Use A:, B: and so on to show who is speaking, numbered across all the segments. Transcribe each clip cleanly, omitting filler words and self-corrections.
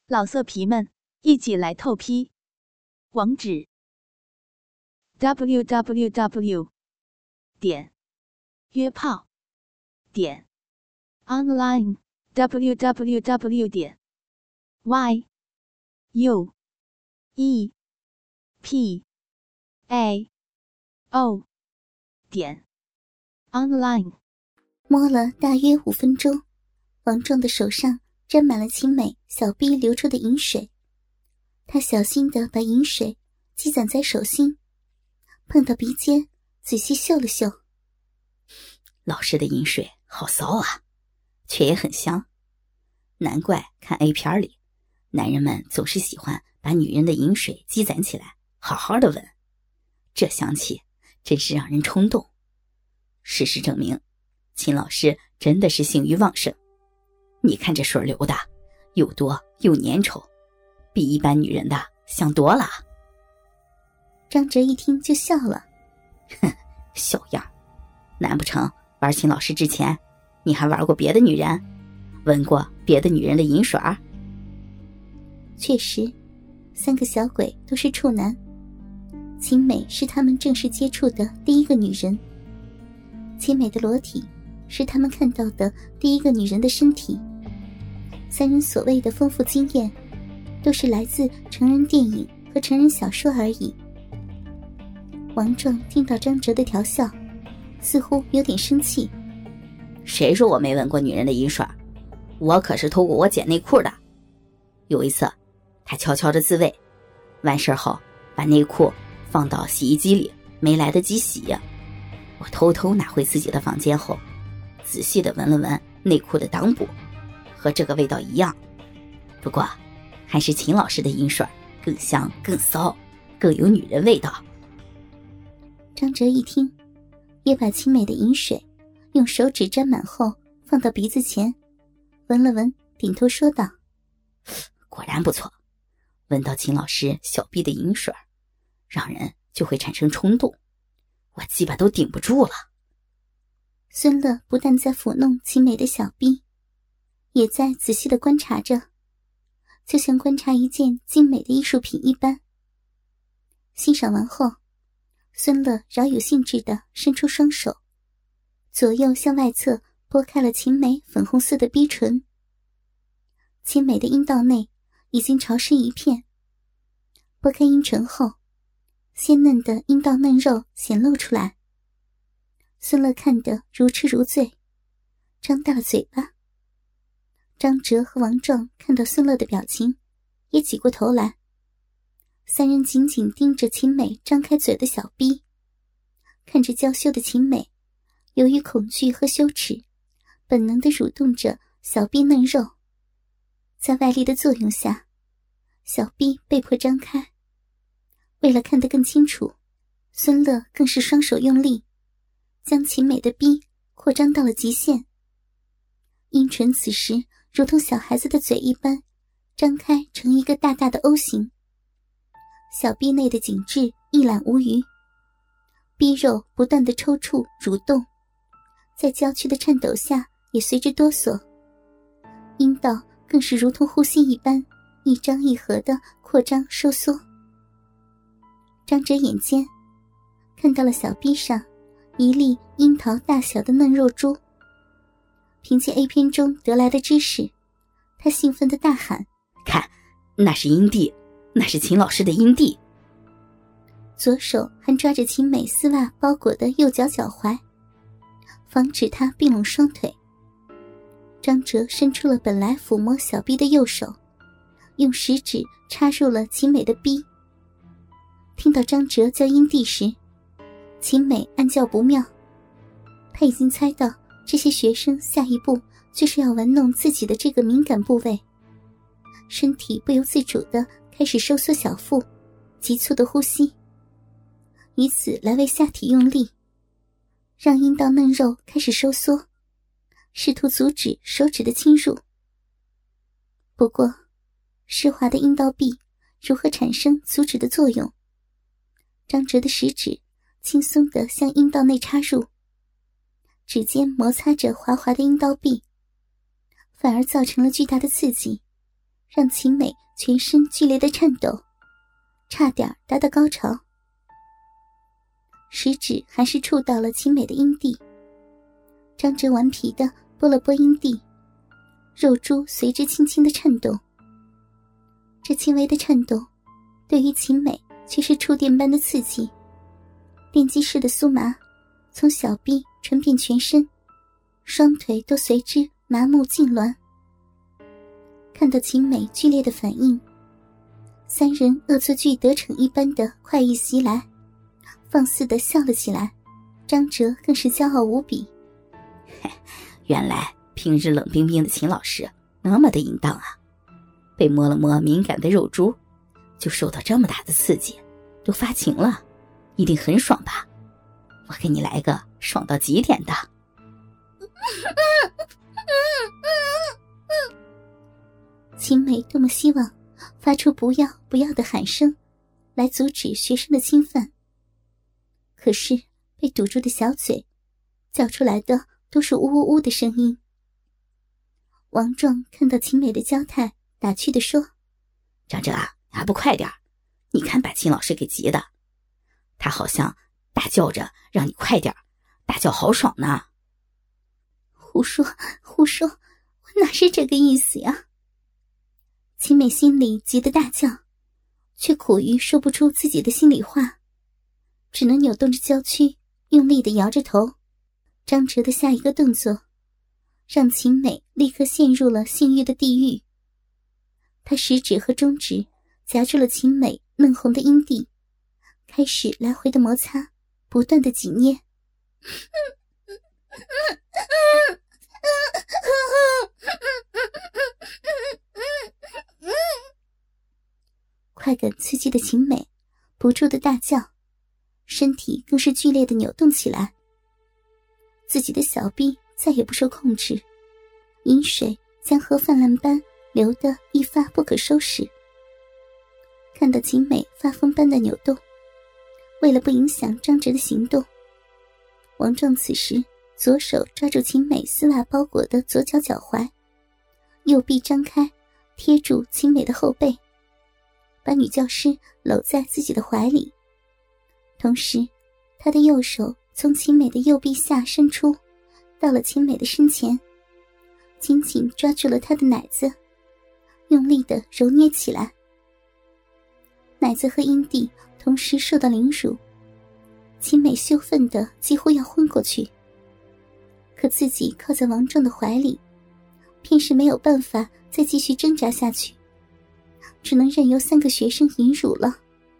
A: 老色皮们，一起来透批！网址 www.约炮online www.yuepao.online。
B: 摸了大约5分钟，王壮的手上沾满了秦美小臂流出的饮水。他小心地把饮水积攒在手心，碰到鼻尖仔细嗅了嗅。
C: 老师的饮水好骚啊，却也很香。难怪看 A 片里男人们总是喜欢把女人的饮水积攒起来好好的闻，这香气真是让人冲动。事实证明，秦老师真的是性欲旺盛。你看这水流的又多又粘稠，比一般女人的香多了。
B: 张哲一听就笑了，
C: 哼，小样，难不成玩秦老师之前你还玩过别的女人，闻过别的女人的饮水？
B: 确实，3个小鬼都是处男，秦美是他们正式接触的第一个女人。秦美的裸体是他们看到的第一个女人的身体。3人所谓的丰富经验，都是来自成人电影和成人小说而已。王壮听到张哲的调笑，似乎有点生气。
C: 谁说我没闻过女人的饮水？我可是偷过我姐内裤的。有一次她悄悄地自慰，完事后把内裤放到洗衣机里，没来得及洗。我偷偷拿回自己的房间后，仔细地闻了闻内裤的裆部，和这个味道一样。不过还是秦老师的饮水更香更骚，更有女人味道。
B: 张哲一听，也把秦美的饮水用手指沾满后放到鼻子前，闻了闻，点头说道：
C: 果然不错，闻到秦老师小臂的饮水，让人就会产生冲动，我鸡巴都顶不住了。
B: 孙乐不但在抚弄秦美的小臂，也在仔细地观察着，就像观察一件精美的艺术品一般。欣赏完后，孙乐饶有兴致地伸出双手，左右向外侧拨开了秦美粉红色的逼唇。秦美的阴道内已经潮湿一片，拨开阴唇后，鲜嫩的阴道嫩肉显露出来。孙乐看得如痴如醉，张大了嘴巴。张哲和王壮看到孙乐的表情，也挤过头来。3人紧紧盯着秦美张开嘴的小逼，看着娇羞的秦美，由于恐惧和羞耻，本能地蠕动着小臂嫩肉。在外力的作用下，小臂被迫张开。为了看得更清楚，孙乐更是双手用力，将秦美的逼扩张到了极限。阴唇此时如同小孩子的嘴一般，张开成一个大大的 O 型。小臂内的紧致一览无余，逼肉不断的抽搐蠕动，在娇躯的颤抖下也随之哆嗦。阴道更是如同呼吸一般，一张一合的扩张收缩。张哲眼尖，看到了小臂上一粒樱桃大小的嫩肉珠。凭借 A 片中得来的知识，他兴奋地大喊：
C: 看，那是阴蒂，那是秦老师的阴蒂。
B: 左手还抓着秦美丝袜包裹的右脚脚踝，防止她并拢双腿。张哲伸出了本来抚摸小臂的右手，用食指插入了秦美的逼。听到张哲叫阴蒂时，秦美暗叫不妙，她已经猜到这些学生下一步就是要玩弄自己的这个敏感部位，身体不由自主地开始收缩小腹，急促的呼吸，以此来为下体用力，让阴道嫩肉开始收缩，试图阻止手指的侵入。不过湿滑的阴道壁如何产生阻止的作用？张哲的食指轻松地向阴道内插入，指尖摩擦着滑滑的阴道壁，反而造成了巨大的刺激， 让秦美全身剧烈的颤抖，差点达到高潮。食指还是触到了秦美的阴蒂，张哲顽皮地拨了拨阴蒂，肉珠随之轻轻的颤动。这轻微的颤动对于秦美却是触电般的刺激，电击式的酥麻从小臂传遍全身，双腿都随之麻木痉挛。看到秦美剧烈的反应，三人恶作剧得逞一般的快意袭来，放肆地笑了起来。张哲更是骄傲无比，
C: 原来平日冷冰冰的秦老师那么的淫荡啊，被摸了摸敏感的肉珠，就受到这么大的刺激，都发情了，一定很爽吧？我给你来个爽到极点的。
B: 秦美多么希望发出不要不要的喊声来阻止学生的侵犯，可是被堵住的小嘴叫出来的都是呜呜呜的声音。王壮看到秦美的娇态，打趣地说：
C: 张哲啊，你还不快点，你看把秦老师给急的，他好像大叫着让你快点，大叫好爽呢。
B: 胡说胡说，我哪是这个意思呀。秦美心里急得大叫，却苦于说不出自己的心里话，只能扭动着娇躯，用力地摇着头。张哲的下一个动作让秦美立刻陷入了性欲的地狱。他食指和中指夹住了秦美嫩红的阴蒂，开始来回的摩擦，不断的挤捏。快感刺激的秦美不住的大叫，身体更是剧烈的扭动起来。自己的小臂再也不受控制，饮水将河泛滥般流得一发不可收拾。看到秦美发疯般的扭动，为了不影响张哲的行动，王壮此时左手抓住秦美丝袜包裹的左脚脚踝，右臂张开贴住秦美的后背，把女教师搂在自己的怀里，同时他的右手从秦美的右臂下伸出，到了秦美的身前，紧紧抓住了她的奶子，用力地揉捏起来。奶子和阴蒂同时受到凌辱，秦美羞愤得几乎要昏过去，可自己靠在王壮的怀里，偏是没有办法再继续挣扎下去，只能任由三个学生淫辱了。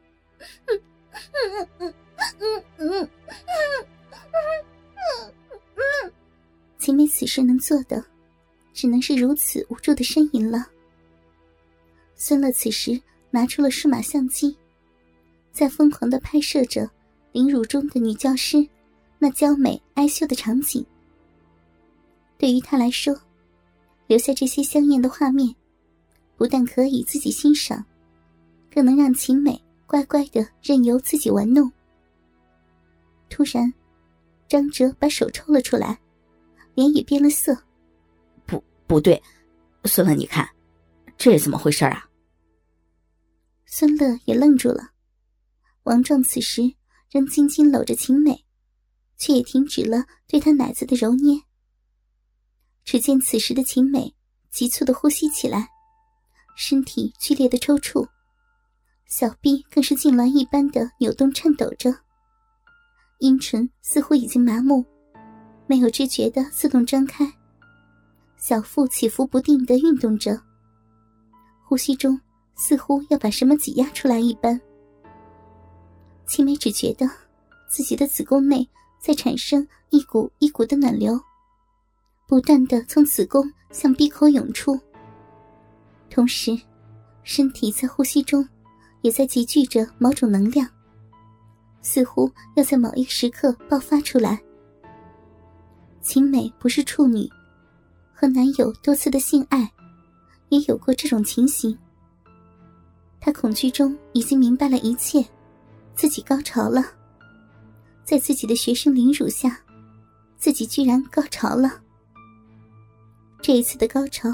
B: 秦美此时能做的只能是如此无助的呻吟了。孙乐此时拿出了数码相机，在疯狂地拍摄着凌辱中的女教师那娇美哀羞的场景。对于他来说，留下这些香艳的画面，不但可以自己欣赏，更能让秦美乖乖地任由自己玩弄。突然，张哲把手抽了出来，脸也变了色。
C: 不对，孙乐，你看，这是怎么回事啊？
B: 孙乐也愣住了。王壮此时仍紧紧搂着秦美，却也停止了对她奶子的揉捏。只见此时的秦美急促地呼吸起来，身体剧烈的抽搐，小臂更是痉挛一般的扭动颤抖着，阴唇似乎已经麻木，没有知觉的自动张开，小腹起伏不定地运动着，呼吸中似乎要把什么挤压出来一般。秦美只觉得自己的子宫内在产生一股一股的暖流，不断地从子宫向闭口涌出，同时身体在呼吸中也在集聚着某种能量，似乎要在某一时刻爆发出来。秦美不是处女，和男友多次的性爱也有过这种情形。她恐惧中已经明白了一切，自己高潮了，在自己的学生凌辱下，自己居然高潮了。这一次的高潮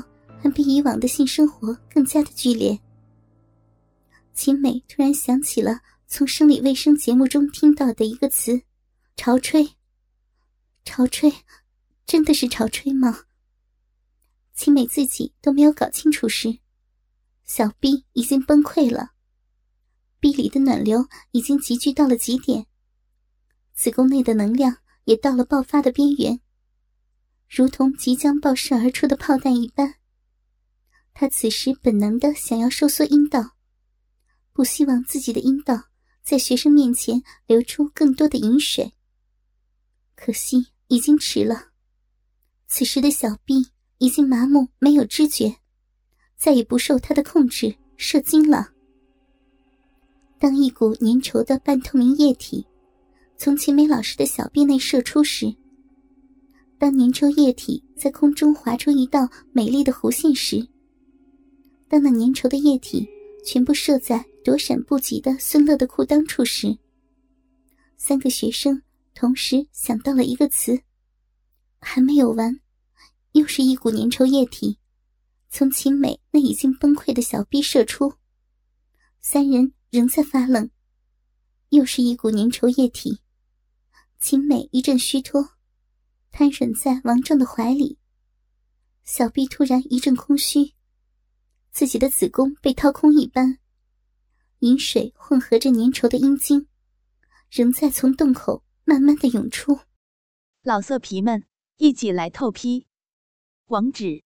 B: 还比以往的性生活更加的剧烈。秦美突然想起了从生理卫生节目中听到的一个词：潮吹。潮吹，真的是潮吹吗？秦美自己都没有搞清楚时，小臂已经崩溃了，臂里的暖流已经集聚到了极点，子宫内的能量也到了爆发的边缘，如同即将爆射而出的炮弹一般。她此时本能地想要收缩阴道，不希望自己的阴道在学生面前流出更多的饮水。可惜已经迟了，此时的小臂已经麻木没有知觉，再也不受她的控制射精了。当一股粘稠的半透明液体从秦美老师的小臂内射出时，当粘稠液体在空中划出一道美丽的弧线时，当那粘稠的液体全部射在躲闪不及的孙乐的裤裆处时，3个学生同时想到了一个词。还没有完，又是一股粘稠液体从秦美那已经崩溃的小臂射出，3人仍在发愣。又是一股粘稠液体，秦美一阵虚脱，瘫软在王正的怀里，小臂突然一阵空虚，自己的子宫被掏空一般，饮水混合着粘稠的阴茎，仍在从洞口慢慢的涌出。
A: 老色皮们，一起来透批！网址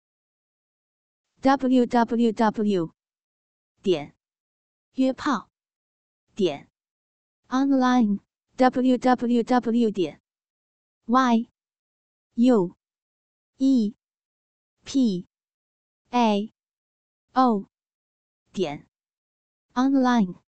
A: www.约炮online www.yuepao.online